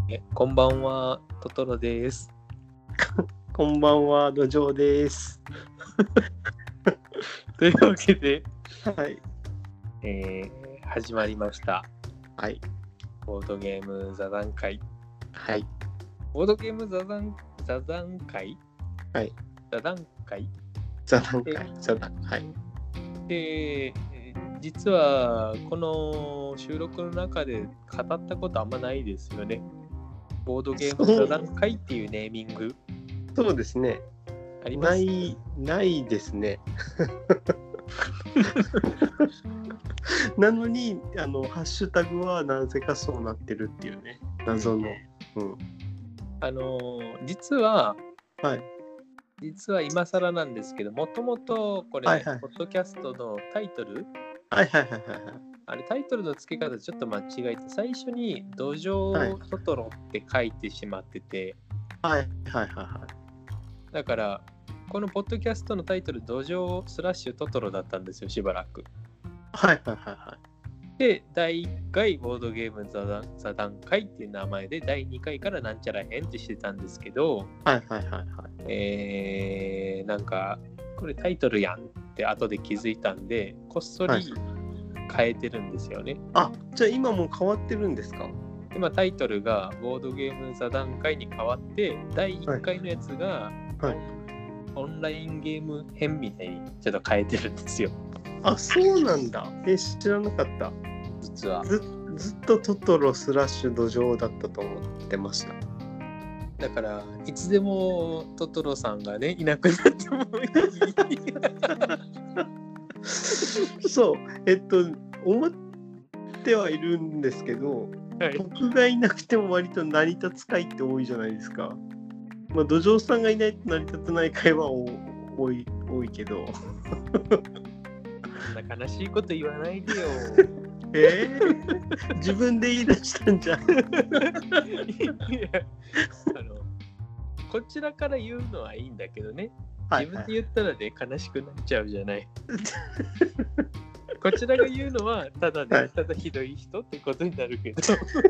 こんばんは、トトロです。 こんばんは、土壌です。 というわけで、 はい。 始まりました。 はい。 ボードゲーム座談会。 はい。 ボードゲーム座談会はい。 座談会座談会。はい。 実はこの収録の中で語ったことあんまないですよね。ボードゲーム座談会っていうネーミング。 そうですね。 あります？ ないですね。なのにハッシュタグはなぜかそうなってるっていうね、謎の。 実ははい。 実は今更なんですけど、もともとこれ、 はいはい。 ポッドキャストのタイトル、 はいはいはいはい。 あれタイトルの付け方ちょっと間違えて、最初に土壌トトロって書いてしまってて、 はいはいはいはい。 だからこのポッドキャストのタイトル土壌/トトロだったんですよ、しばらく。 はいはいはいはい。 で、第1回ボードゲーム座談会っていう名前で、第2回からなんちゃら編ってしてたんですけど、 はいはいはいはい。 なんかこれタイトルやんって後で気づいたんで、こっそり変えてるんですよね。 あ、じゃあ今もう変わってるんですか？ 今タイトルがボードゲーム座談会に変わって、第1回のやつが、オンラインゲーム編みたいにちょっと変えてるんですよ。 あ、そうなんだ。知らなかった。 実はずっとトトロ/土壌だったと思ってました。 だからいつでもトトロさんがねいなくなってもいい。 そう、思ってはいるんですけど、 はい、 僕がいなくても割と成り立つ回って多いじゃないですか。まあ土壌さんがいないと成り立たない回は多いけど。 そんな悲しいこと言わないでよ。 自分で言い出したんじゃん。 こちらから言うのはいいんだけどね、 はい自分で言ったらね悲しくなっちゃうじゃない。こちらが言うのはただね、ただひどい人ってことになるけど。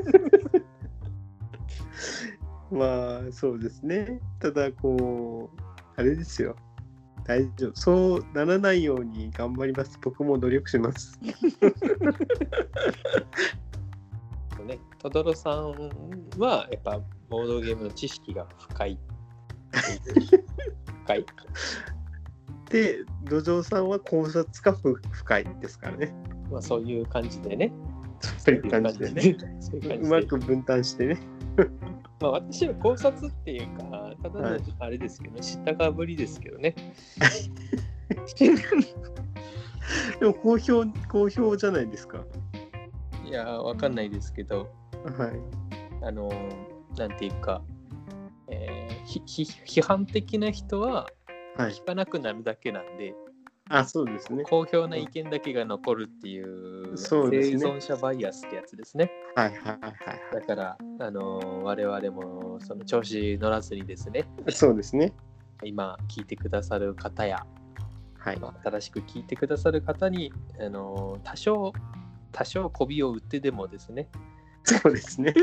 まあそうですね。ただこうあれですよ。大丈夫。そうならないように頑張ります。僕も努力します。 ね、トトロさんはやっぱボードゲームの知識が深い。深い。 で、土壌さんは考察が深いですからね。 まあそういう感じでね。 そういう感じでね。うまく分担してね。 まあ私は考察っていうか、ただのあれですけど、知ったかぶりですけどね。 でも好評じゃないですか。 いや、わかんないですけど、 はい。 なんていうか、批判的な人は聞かなくなるだけなんで、 そうですね。 好評な意見だけが残るっていう、 そうですね、 生存者バイアスってやつですね。 はいはいはいはい。 だから、我々もその調子乗らずにですね、 そうですね。 今聞いてくださる方や、 はい、 新しく聞いてくださる方に、多少媚びを売ってでもですね。 そうですね。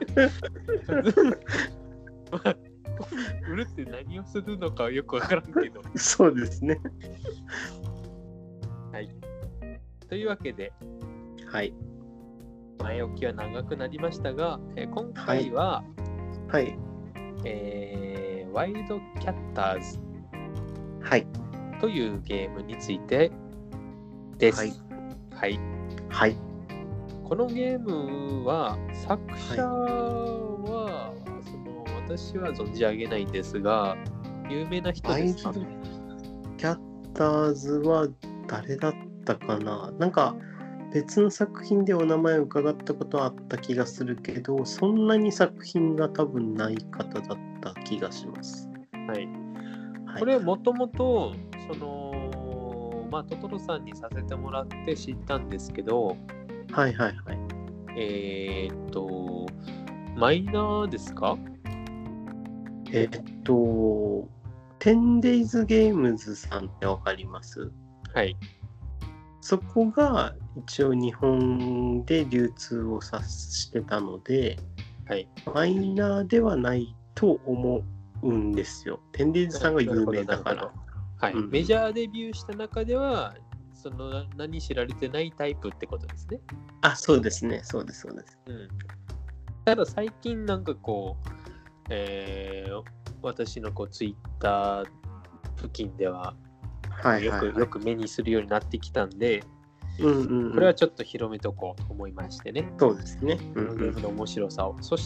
売るって何をするのかよくわからんけど。 そうですね。 はい。というわけで、 はい。 前置きは長くなりましたが、今回は、 はい。 ワイルドキャッターズ、 はい、 というゲームについてです。 はい。 はい。 はい。 このゲームは作者は、私は存じ上げないんですが、有名な人ですか？ ワイルドキャッターズは誰だったかな？なんか別の作品でお名前を伺ったことはあった気がするけど、そんなに作品が多分ない方だった気がします。 はい。これもともとトトロさんにさせてもらって知ったんですけど、 はいはいはい。 マイナーですか ？10days ゲームズさんってわかります？ はい。 そこが一応日本で流通をさしてたので、 はい。 マイナーではないと思うんですよ。テンディーズさんが有名だから。 はい、メジャーデビューした中では、その何知られてないタイプってことですね。 あ、そうですね。そうです、そうです。 ただ最近なんかこう、私のこうツイッター付近では、よく目にするようになってきたんで、これはちょっと広めとこうと思いましてね。 そうですね。 このゲームの面白さを。そして、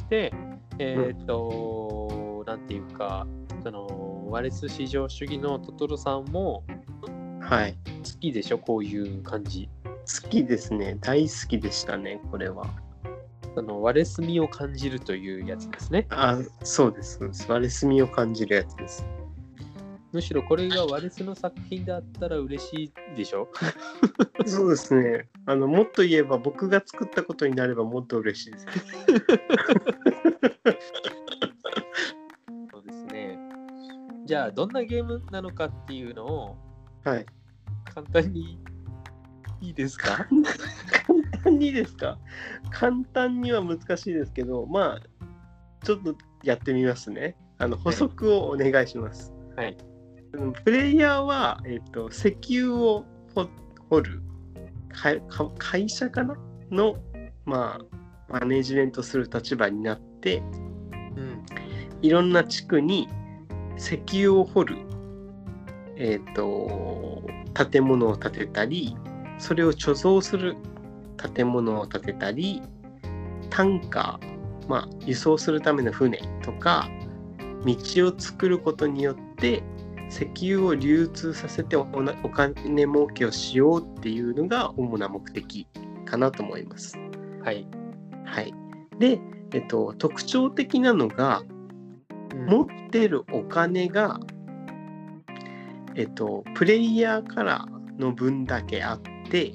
なんていうか、そのワレス至上主義のトトロさんも、 はい。 好きでしょ、こういう感じ。 好きですね。大好きでしたね、これは。 そのワレス味を感じるというやつですね。 あ、そうです。ワレス味を感じるやつです。 むしろこれがワレスの作品であったら嬉しいでしょ。 そうですね。もっと言えば僕が作ったことになればもっと嬉しいです。 そうですね。じゃあどんなゲームなのかっていうのを、 はい。 簡単にいいですか？ 簡単にですか？簡単には難しいですけど、まあちょっとやってみますね。補足をお願いします。 はい。 プレイヤーは、石油を掘る会社かなの、まあ、マネジメントする立場になって、いろんな地区に石油を掘る、建物を建てたり、それを貯蔵する建物を建てたり、タンカー、輸送するための船とか、道を作ることによって石油を流通させてお金儲けをしようっていうのが主な目的かなと思います。 はい。 はい。で、特徴的なのが、持ってるお金が、プレイヤーカラーの分だけあって、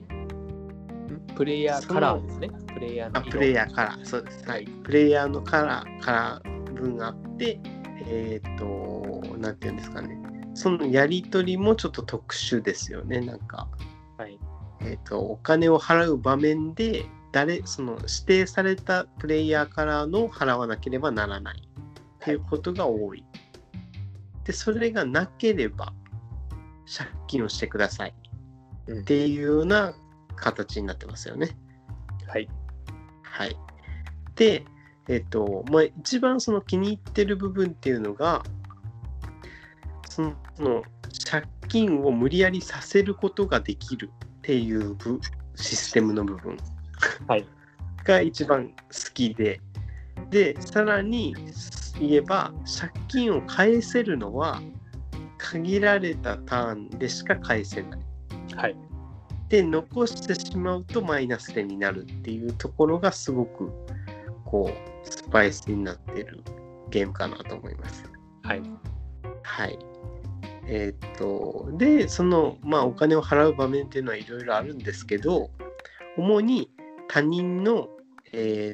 プレイヤーカラーですね。プレイヤーの色。 プレイヤーカラー、そうです。はい。プレイヤーのカラー分があって、なんていうんですかね。そのやり取りもちょっと特殊ですよね。なんか、 はい。 お金を払う場面でその指定されたプレイヤーからの払わなければならないっていうことが多い。で、それがなければ借金をしてくださいっていうような形になってますよね。 はい。 はい。で、一番その気に入ってる部分っていうのが、その借金を無理やりさせることができるっていうシステムの部分が一番好きで、さらに言えば借金を返せるのは限られたターンでしか返せない。 はい。 で、残してしまうとマイナス点になるっていうところがすごくこうスパイスになってるゲームかなと思います。 はい。 はい。で、その、お金を払う場面っていうのはいろいろあるんですけど、主に他人の、貯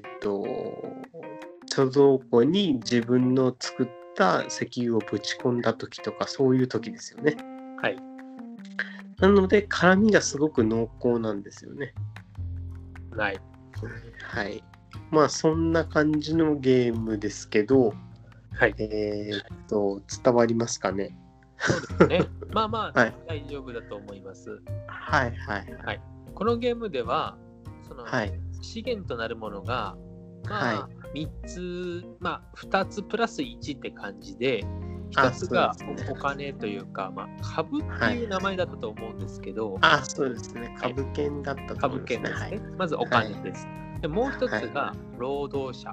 蔵庫に自分の作った石油をぶち込んだ時とか、そういう時ですよね。 はい。 なので、絡みがすごく濃厚なんですよね。 はい。 はい。そんな感じのゲームですけど、 はい。 伝わりますかね。 そうですね。はい、大丈夫だと思います。 はい。 このゲームでは、その、資源となるものが、3つ、2つプラス1って感じで、1つがお金というか、株っていう名前だったと思うんですけど、 そうですね。株券だったと思いますね。 株券ですね。まずお金です。でもう一つが労働者。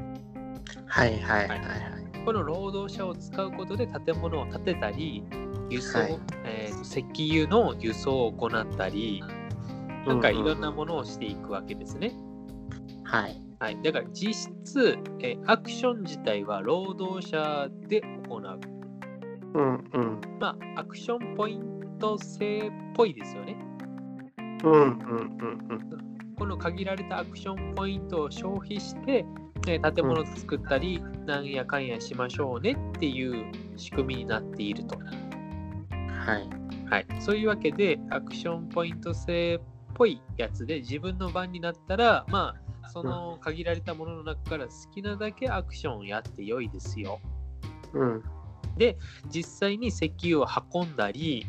この労働者を使うことで建物を建てたり、輸送、石油の輸送を行ったり、なんかいろんなものをしていくわけですね。だから実質、アクション自体は労働者で行う。アクションポイント制っぽいですよね。この限られたアクションポイントを消費して、建物を作ったり、なんやかんやしましょうねっていう仕組みになっていると。そういうわけで、アクションポイント制っぽいやつで、自分の番になったら、 その限られたものの中から好きなだけアクションをやって良いですよ。 うん。 で、実際に石油を運んだり、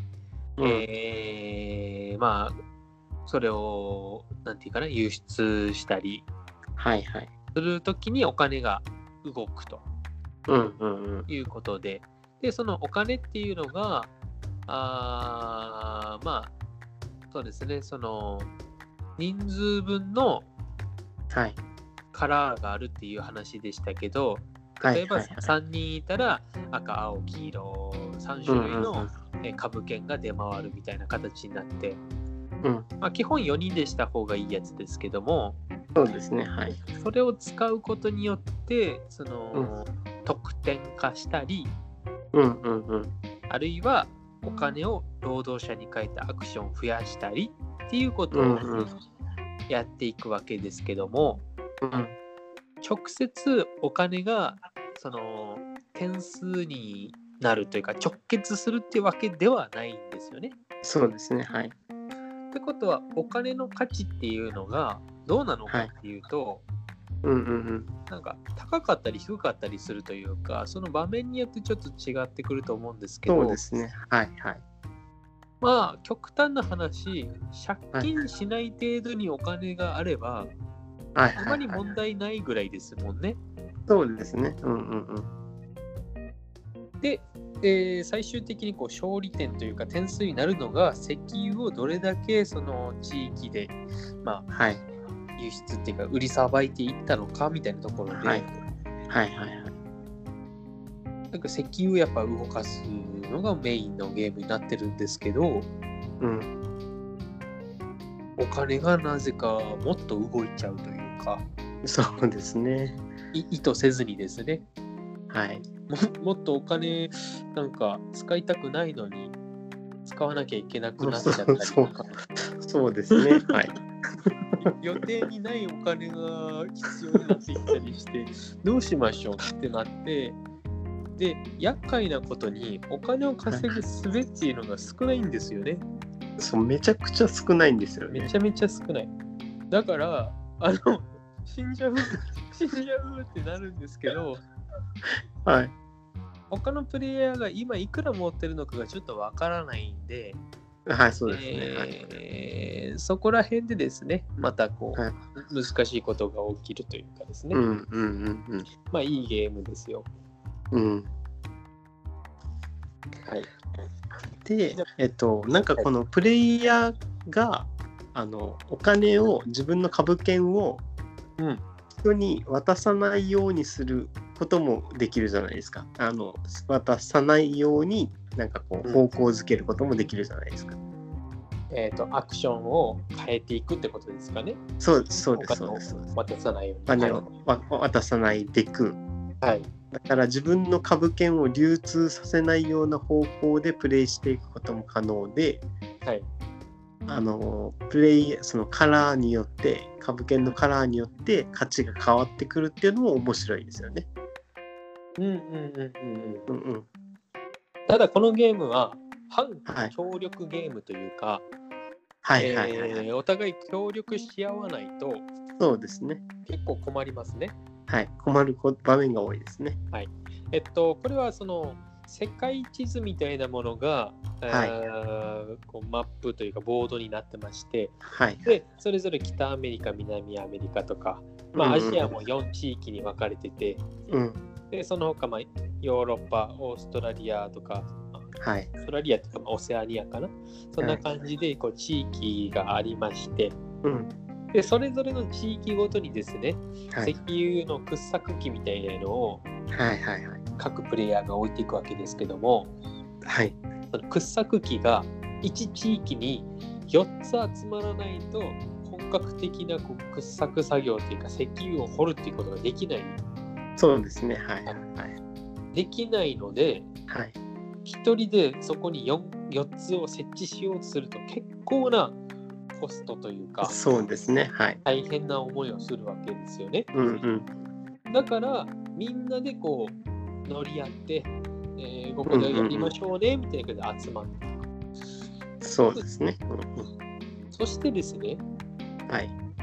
まあ、それを、なんていうかな、輸出したりはいはい。 するときにお金が動くとうんうんうん。 いうことで、で、そのお金っていうのが、まあ、そうですね、その、人数分のはい。 カラーがあるっていう話でしたけど、例えばはいはいはい。 3人いたら赤、青、黄色、3種類の株券が出回るみたいな形になって、 うん。 まあ、基本4人でした方がいいやつですけども、 そうですね。はい。 それを使うことによってその、得点化したり、 うんうんうん。 あるいはお金を労働者に変えてアクションを増やしたりっていうことをやっていくわけですけども、直接お金がその点数になるというか直結するってわけではないんですよね。 そうですね。はい。 ってことはお金の価値っていうのがどうなのかっていうと、なんか高かったり低かったりするというか、その場面によってちょっと違ってくると思うんですけど、 そうですね。はいはい。 まあ極端な話、借金しない程度にお金があれば、あまり問題ないぐらいですもんね。 そうですね。 で、最終的にこう勝利点というか点数になるのが石油をどれだけその地域で、まあ輸出っていうか売りさばいていったのかみたいなところで、なんか石油をやっぱ動かすのがメインのゲームになってるんですけど、お金がなぜかもっと動いちゃうというか、 そうですね。 意図せずにですね。 はい。 もっとお金なんか使いたくないのに使わなきゃいけなくなっちゃったりとか、 そうですね。はい。 予定にないお金が必要になってきたりしてどうしましょうってなって、で厄介なことにお金を稼ぐ術っていうのが少ないんですよね。 そうめちゃくちゃ少ないんですよね。 めちゃめちゃ少ない。だから死んじゃうってなるんですけど、 はい。 他のプレイヤーが今いくら持ってるのかがちょっとわからないんで、 はい、そうですね。 そこら辺でですね、またこう、難しいことが起きるというかですね。まあいいゲームですよ。はい。 で、なんかこのプレイヤーがお金を自分の株券を人に渡さないようにすることもできるじゃないですか。渡さないようになんかこう方向づけることもできるじゃないですか。 アクションを変えていくってことですかね。 そうです。 渡さないように。 お金を渡さないでく。 はい。だから自分の株券を流通させないような方向でプレイしていくことも可能で、 はい。 そのカラーによって株券のカラーによって価値が変わってくるっていうのも面白いですよね。 ただこのゲームは反協力ゲームというか、お互い協力し合わないと、 そうですね。 結構困りますね。 はい、困る場面が多いですね。 はい。これはその世界地図みたいなものが、こうマップというかボードになってまして、でそれぞれ北アメリカ、南アメリカとか、アジアも4地域に分かれてて、でその他、ヨーロッパ、オーストラリアとか、オーストラリアというか、オセアニアかな、そんな感じでこう地域がありまして、でそれぞれの地域ごとにですね、石油の掘削機みたいなのを各プレイヤーが置いていくわけですけども、その掘削機が1地域に4つ集まらないと本格的な掘削作業というか石油を掘るっていうことができない。 そうですね。 できないので、1人でそこに 4つを設置しようとすると結構なコストというか、 そうですね。 大変な思いをするわけですよね。だからみんなでこう乗り合って、ここでやりましょうねみたいな感じで集まって、 そうですね。 そしてですね、こ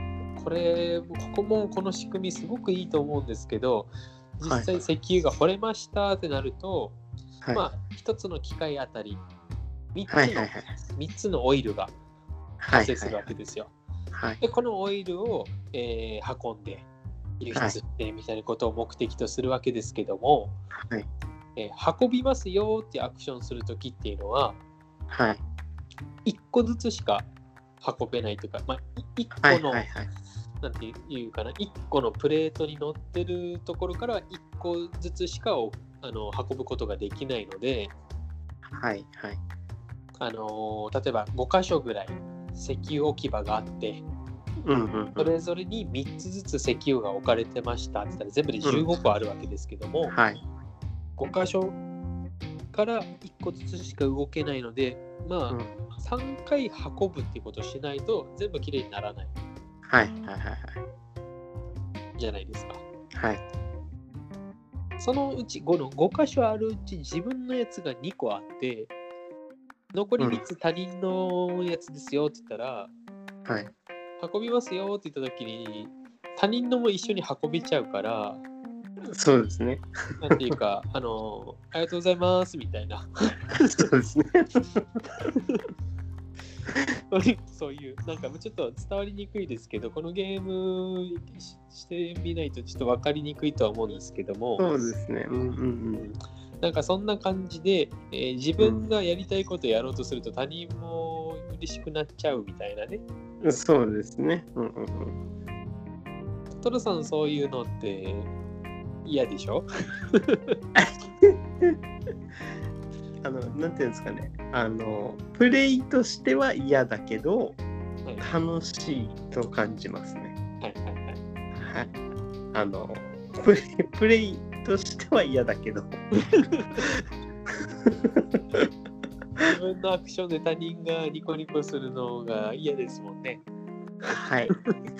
こもこの仕組みすごくいいと思うんですけど、実際はい石油が掘れましたってなると、 はいまあ一つの機械あたり3つの、 はいはい 3つのオイルが発生するわけですよ。 はいでこのオイルを、運んで輸出してみたいなことを目的とするわけですけども、 はい運びますよってアクションするときっていうのははい 1個ずつしか運べないというか、まあ、1個の、 はいはいはいなんていうかな、1個のプレートに乗ってるところから1個ずつしか運ぶことができないので、 はいはい例えば5箇所ぐらい石油置き場があって、 うんうんそれぞれに3つずつ石油が置かれてましたって言ったら全部で15個あるわけですけども、 はい 5箇所から1個ずつしか動けないので、まあ、 うん 3回運ぶっていうことをしないと全部きれいにならないはいはいはいじゃないですか。 はいそのうち5箇所あるうち自分のやつが2個あって、残り3つ他人のやつですよって言ったら、 はい運びますよって言った時に他人のも一緒に運べちゃうから、 そうですねなんていうかありがとうございますみたいなそうですねそういうなんかちょっと伝わりにくいですけど、このゲームしてみないとちょっと分かりにくいとは思うんですけども、 そうですねうんうんなんかそんな感じで、自分がやりたいことをやろうとすると他人も嬉しくなっちゃうみたいなね。 うんそうですねうんうんうんトトロさんそういうのって嫌でしょ？ なんていうんですかねプレイとしては嫌だけどはい楽しいと感じますねはいはいはいプレイとしては嫌だけど自分のアクションで他人がニコニコするのが嫌ですもんね。 はい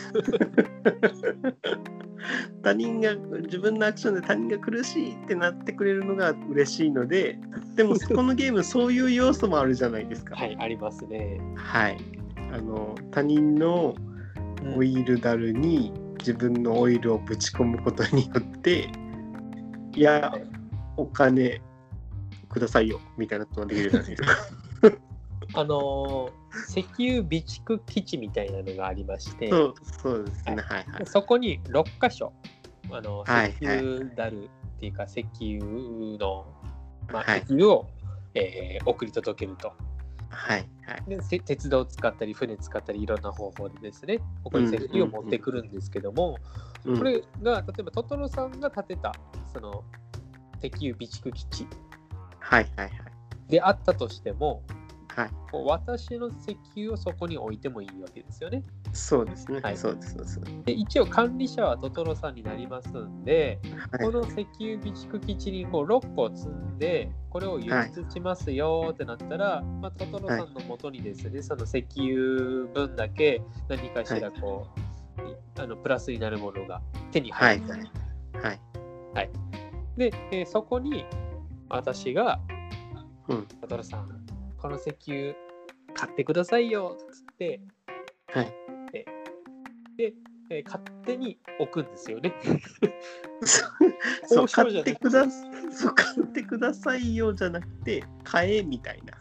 自分のアクションで他人が苦しいってなってくれるのが嬉しいので、でもこのゲームそういう要素もあるじゃないですか。 はい、ありますね。 はい他人のオイルダルに自分のオイルをぶち込むことによっていやお金くださいよみたいなことができるじゃないですか。 石油備蓄基地みたいなのがありまして、 そうですね、はいはい。 そこに6箇所はい石油ダルっていうか石油の、 はい石油を、送り届けると。 はいはいで鉄道を使ったり船使ったりいろんな方法でですね、ここに石油を持ってくるんですけども、これが例えばトトロさんが建てたその石油備蓄基地はいはいはいであったとしても、 はい私の石油をそこに置いてもいいわけですよね。 そうですね、 はいそうですそうです。 で一応管理者はトトロさんになりますんで、 はいこの石油備蓄基地に6個積んでこれを輸出しますよってなったら、トトロさんの元にですね、その石油分だけ何かしらプラスになるものが手に入る。 はいで、そこに私が、トトロさんこの石油買ってくださいよっつって、で、勝手に置くんですよね。 そう買ってくださいよじゃなくて買えみたいな。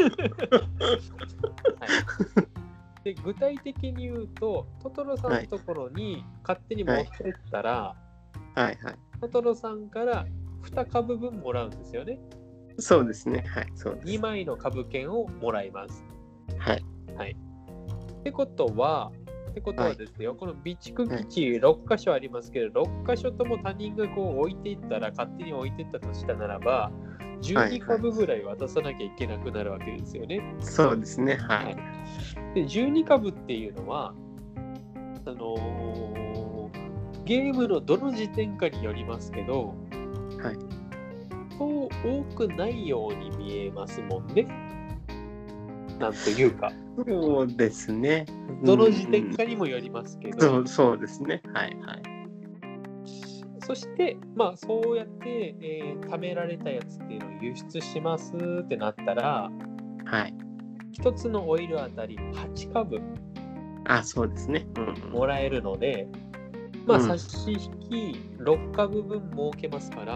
で具体的に言うとトトロさんのところに勝手に持ってったら、トトロさんから2株分もらうんですよね。 そうですね、はい、そうです。 2枚の株券をもらいます。 はい。 ってことはですよ、この備蓄基地6箇所ありますけど、6箇所とも他人が置いていったら、勝手に置いていったとしたならば、12株ぐらい渡さなきゃいけなくなるわけですよね。 そうですね、はい。 で、12株っていうのは、ゲームのどの時点かによりますけど、そう多くないように見えますもんね。なんというか。 そうですね。 どの時点かにもよりますけど。 そうですね。はいはい。 そして、そうやって、貯められたやつっていうのを輸出しますってなったら、1つのオイルあたり8株あ、そうですね。 もらえるので、差し引き6株分儲けますから、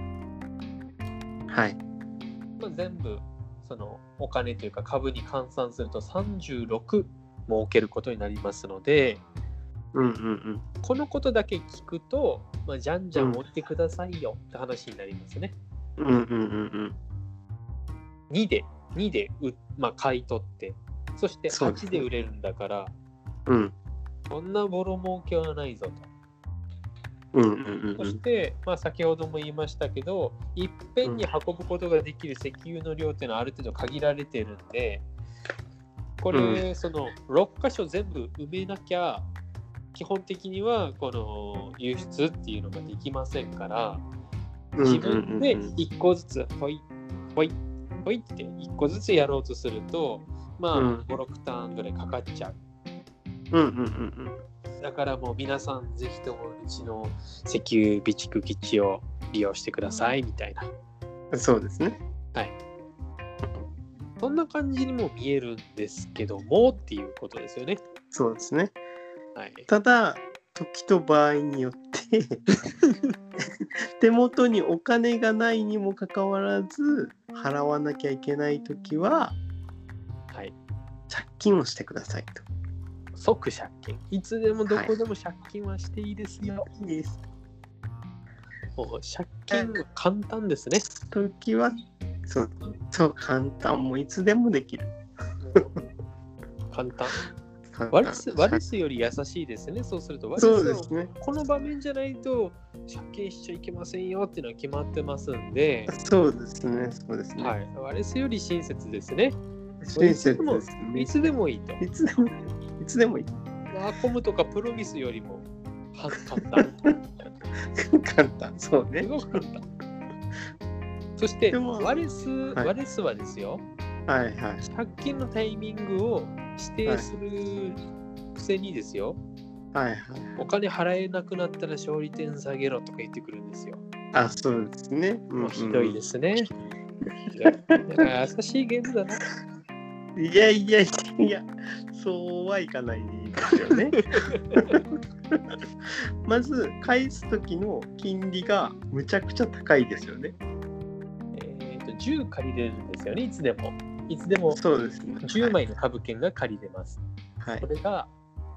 はい。 全部そのお金というか株に換算すると36儲けることになりますので、このことだけ聞くと、じゃんじゃん持ってくださいよって話になりますね。2で買い取って、そして8で売れるんだから、そんなボロ儲けはないぞと。そして、先ほども言いましたけど、いっぺんに運ぶことができる石油の量っていうのはある程度限られてるんで、これ、その6箇所全部埋めなきゃ、基本的にはこの輸出っていうのができませんから、自分で1個ずつほいほいほいって1個ずつやろうとすると、5、6ターンぐらいかかっちゃう。だからもう皆さんぜひともうちの石油備蓄基地を利用してくださいみたいな。 そうですね。 はい。そんな感じにも見えるんですけどもっていうことですよね。 そうですね。 はい、 ただ時と場合によって手元にお金がないにもかかわらず払わなきゃいけないときは、借金をしてくださいと。 即借金。いつでもどこでも借金はしていいですよ。 いいです。 もう借金は簡単ですね。 時はそう簡単、もういつでもできる。 簡単。ワレスより優しいですね。そうするとワレスはこの場面じゃないと借金しちゃいけませんよっていうのは決まってますんで。 そうですね。そうですね。 はい。ワレスより親切ですね。 親切ですね。 いつでもいいと。 いつでもいい。 ワーコムとかプロミスよりも簡単。 簡単。そうね。 すごく簡単。そしてワレスはですよ。借金のタイミングを指定するくせにですよ、お金払えなくなったら勝利点下げろとか言ってくるんですよ。 あ、そうですね。 もうひどいですね。優しいゲームだな。 いや、そうはいかないですよね。まず返す時の金利がむちゃくちゃ高いですよね。 10借りれるんですよね。いつでもそうですね。 10枚の株券が借りれます。これが、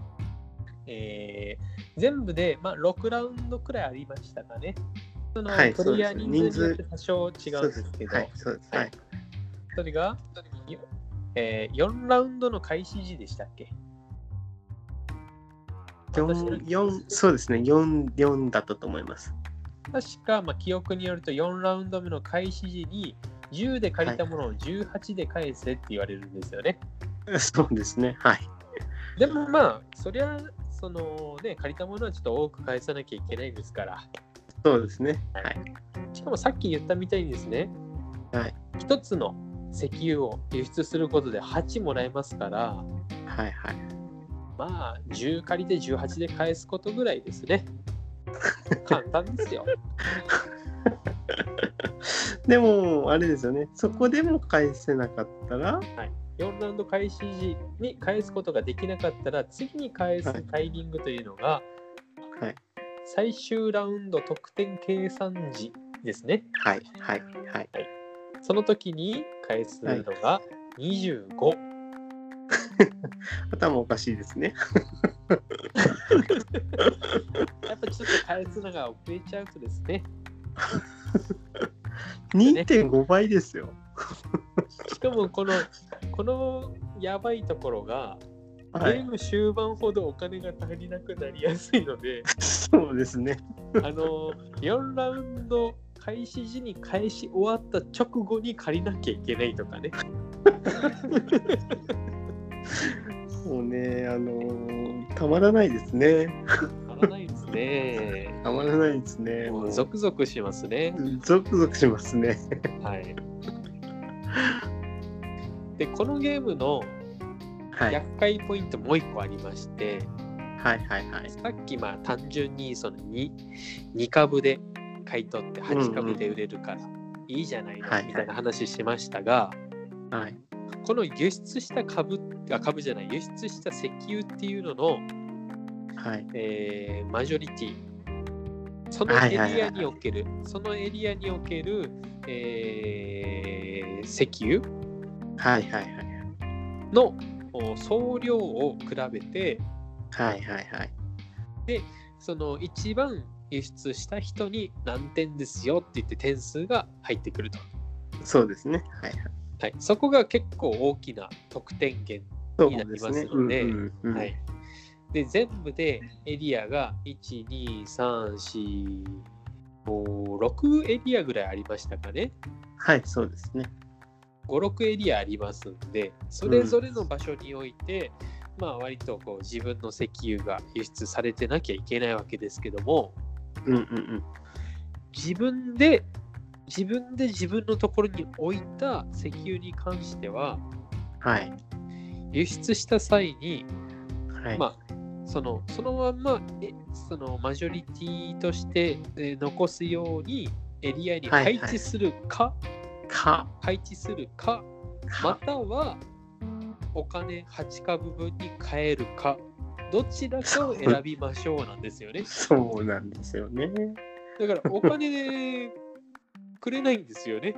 全部で、6ラウンドくらいありましたかね。そのプレイヤー人数によって多少違うんですけど、それが、4ラウンドの開始時でしたっけ ？4そうですね。4だったと思います。 確か、記憶によると4ラウンド目の開始時に10で借りたものを18で返せって言われるんですよね。 そうですね。はい。 でもそりゃそのね、借りたものはちょっと多く返さなきゃいけないですから。 そうですね。 しかもさっき言ったみたいにですね、一つの石油を輸出することで8もらえますから、10借りて18で返すことぐらいですね。簡単ですよ。 でもあれですよね。そこでも返せなかったら、 4ラウンド開始時に返すことができなかったら、次に返すタイミングというのが、最終ラウンド得点計算時ですね。その時に返すのが25。 頭おかしいですね。 やっぱちょっと返すのが遅れちゃうとですね。 2.5 倍ですよ。 しかもこのやばいところが、ゲーム終盤ほどお金が足りなくなりやすいので、 そうですね。 4ラウンド開始時に返し終わった直後に借りなきゃいけないとかね。 もうね、たまらないですね。 たまらないですね。 たまらないですね。 もうゾクゾクしますね。 ゾクゾクしますね。 で、このゲームの厄介ポイントもう一個ありまして、さっき単純にその 2株で買い取って8株で売れるからいいじゃないのみたいな話しましたが、この輸出した株っ株じゃない、輸出した石油っていうのの、 はい。 マジョリティ、そのエリアにおける、石油はいはいはい。 の総量を比べて、 はいはいはい。 で、その一番輸出した人に何点ですよって言って点数が入ってくると。 そうですね。はいはい。 はい、そこが結構大きな得点源になりますので、はい。で、全部でエリアが1、2、3、4、5、6エリアぐらいありましたかね。 はい、そうですね。 5、6エリアありますんで、それぞれの場所において、まあ割とこう自分の石油が輸出されてなきゃいけないわけですけども、自分で自分のところに置いた石油に関しては、 はい、 輸出した際に、 はい、 まあそのまんまそのマジョリティとして、残すようにエリアに配置するか、またはお金8株分に変えるか、どちらかを選びましょうなんですよね。 そうなんですよね。 だからお金でくれないんですよね。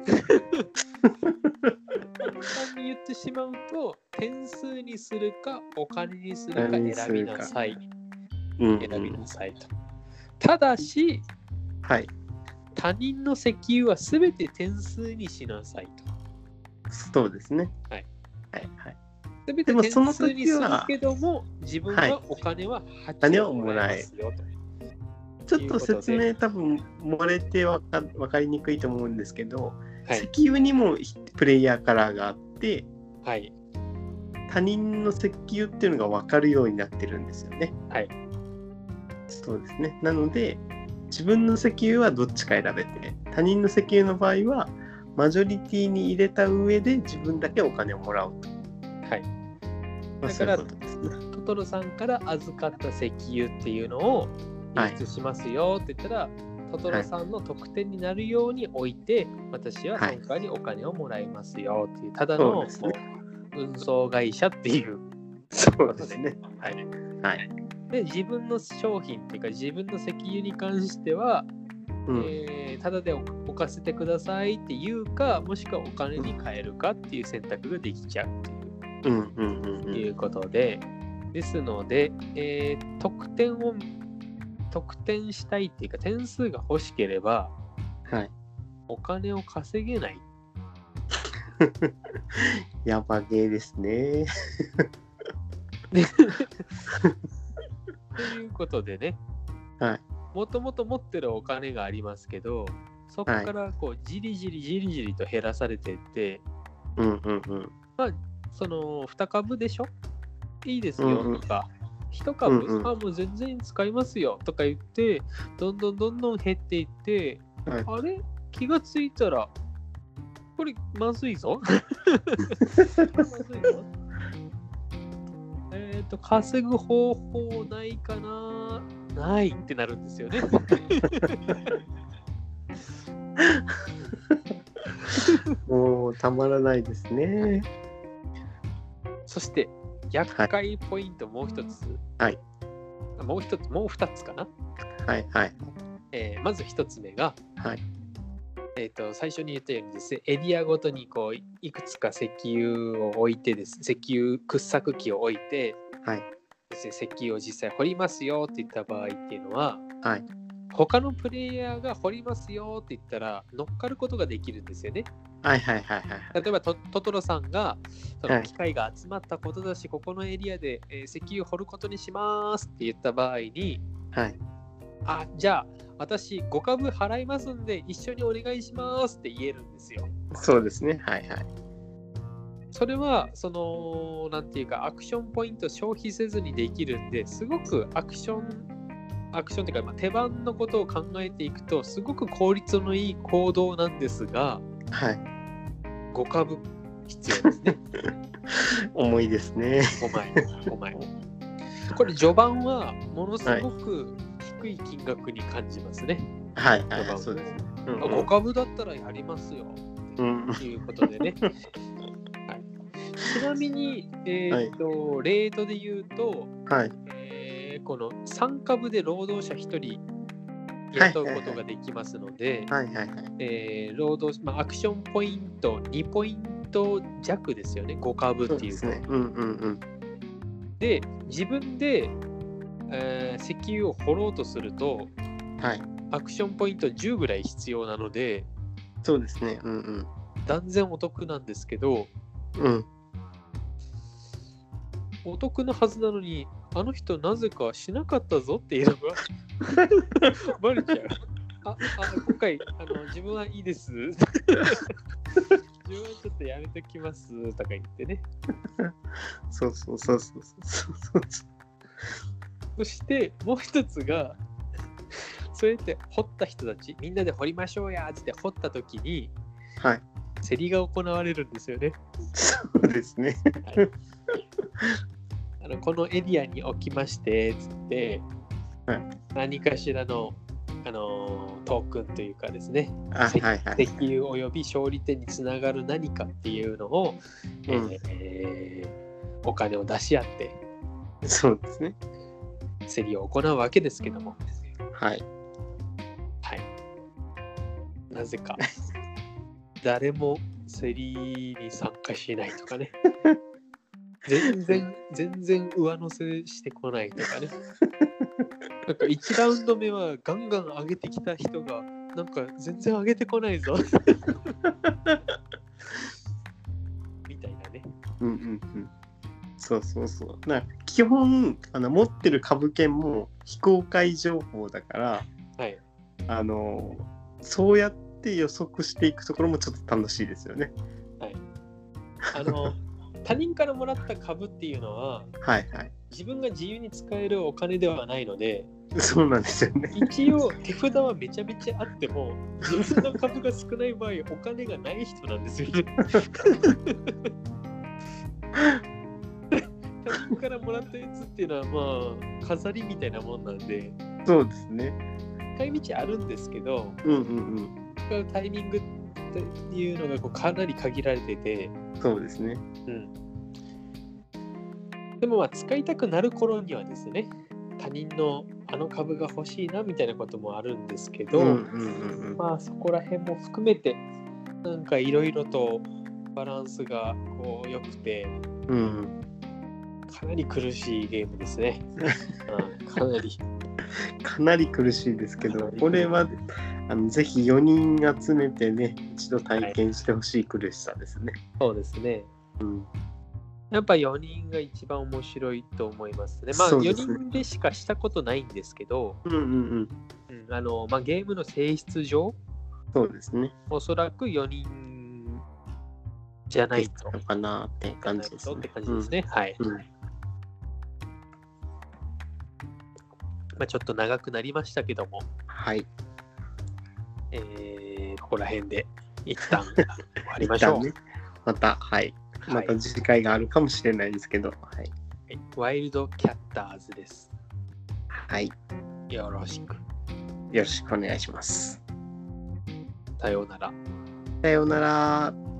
簡単に言ってしまうと、点数にするかお金にするか選びなさい。選びなさいと。ただし、 はい、 他人の石油はすべて点数にしなさいと。 そうですね。 はい。 はいはい。 すべて点数にするけども、自分はお金は8をもらえますよと。 ちょっと説明多分漏れて分かりにくいと思うんですけど、はい、石油にもプレイヤーカラーがあって、 はい、 他人の石油っていうのが分かるようになってるんですよね。 はい、 そうですね。なので自分の石油はどっちか選べて、他人の石油の場合はマジョリティに入れた上で自分だけお金をもらうと。 はい。だから、トトロさんから預かった石油っていうのを輸出しますよって言ったら、トトロさんの得点になるように置いて、私はその代わりお金をもらいますよっていう、ただの運送会社っていう。 そうですね。 はい。 はい。 で、自分の商品っていうか、自分の石油に関しては、ただで置かせてくださいっていうか、もしくはお金に変えるかっていう選択ができちゃうっていうことで、ですので、得点したいっていうか、点数が欲しければ、 はい、 お金を稼げない。 やばげですね。 ということでね、 はい、 もともと持ってるお金がありますけど、そこからこうじりじりと減らされていって、まあその2株でしょ、いいですよとか、1株、もう全然使いますよとか言って、どんどん減っていって、あれ気がついたらこれまずいぞ。稼ぐ方法ないかな、ないってなるんですよね。 もうたまらないですね。 そして厄介ポイントもう一つ、もう二つかな。まず一つ目が、最初に言ったようにですね、エリアごとにこういくつか石油を置いてです、石油掘削機を置いて、ですね、石油を実際掘りますよって言った場合っていうのは、他のプレイヤーが掘りますよって言ったら乗っかることができるんですよね。例えばトトロさんがその機械が集まったことだし、ここのエリアで、石油を掘ることにしますって言った場合に、じゃあ私5株払いますんで一緒にお願いしますって言えるんですよ。 そうですね。 それはそのなんていうかアクションポイント消費せずにできるんで、すごくアクションっていうか、手番のことを考えていくとすごく効率のいい行動なんですが、5株必要ですね。 重いですね。 重い。これ序盤はものすごく低い金額に感じますね。 そうですね。 5株だったらやりますよ。ということでね。 ちなみに、レートで言うと、 はい。 この3株で労働者1人雇うことができますので、労働、アクションポイント2ポイント弱ですよね、5株っていうと。で、自分で、石油を掘ろうとすると、アクションポイント10ぐらい必要なので、 そうですね。 断然お得なんですけど、お得なはずなのに、あの人なぜかしなかったぞっていうのがバレちゃう。今回自分はいいです。自分はちょっとやめときますとか言ってね。 そう。 そしてもう一つが、そうやって掘った人たち、みんなで掘りましょうやって掘った時に、競りが行われるんですよね。 そうですね。 このエリアに置きましてつって、何かしらの、トークンというかですね、石油および勝利点につながる何かっていうのを、お金を出し合って、 そうですね。 競りを行うわけですけども、なぜか誰も競りに参加しないとかね。全然上乗せしてこないとかね。なんか1ラウンド目はガンガン上げてきた人がなんか全然上げてこないぞみたいなね。 そう。基本持ってる株券も非公開情報だから、そうやって予測していくところもちょっと楽しいですよね。 他人からもらった株っていうのは、自分が自由に使えるお金ではないので、 そうなんですよね。 一応手札はめちゃめちゃあっても、自分の株が少ない場合、お金がない人なんですよね。他人からもらったやつっていうのは飾りみたいなもんなんで、 そうですね。 使い道あるんですけど、タイミングっていうのがかなり限られてて、 そうですね。 でも使いたくなる頃にはですね、他人の株が欲しいなみたいなこともあるんですけど、そこら辺も含めてなんかいろいろとバランスが良くて、かなり苦しいゲームですね。 かなり苦しいですけど、これはぜひ4人集めてね、一度体験してほしい苦しさですね。 そうですね。やっぱ4人が一番面白いと思いますね。4人でしかしたことないんですけど、ゲームの性質上、 そうですね。 おそらく4人じゃないとかなって感じですね。ちょっと長くなりましたけども、ここら辺で一旦終わりましょう。 また次回があるかもしれないですけど、 ワイルドキャッターズです。よろしくお願いします。 さようなら。 さようなら。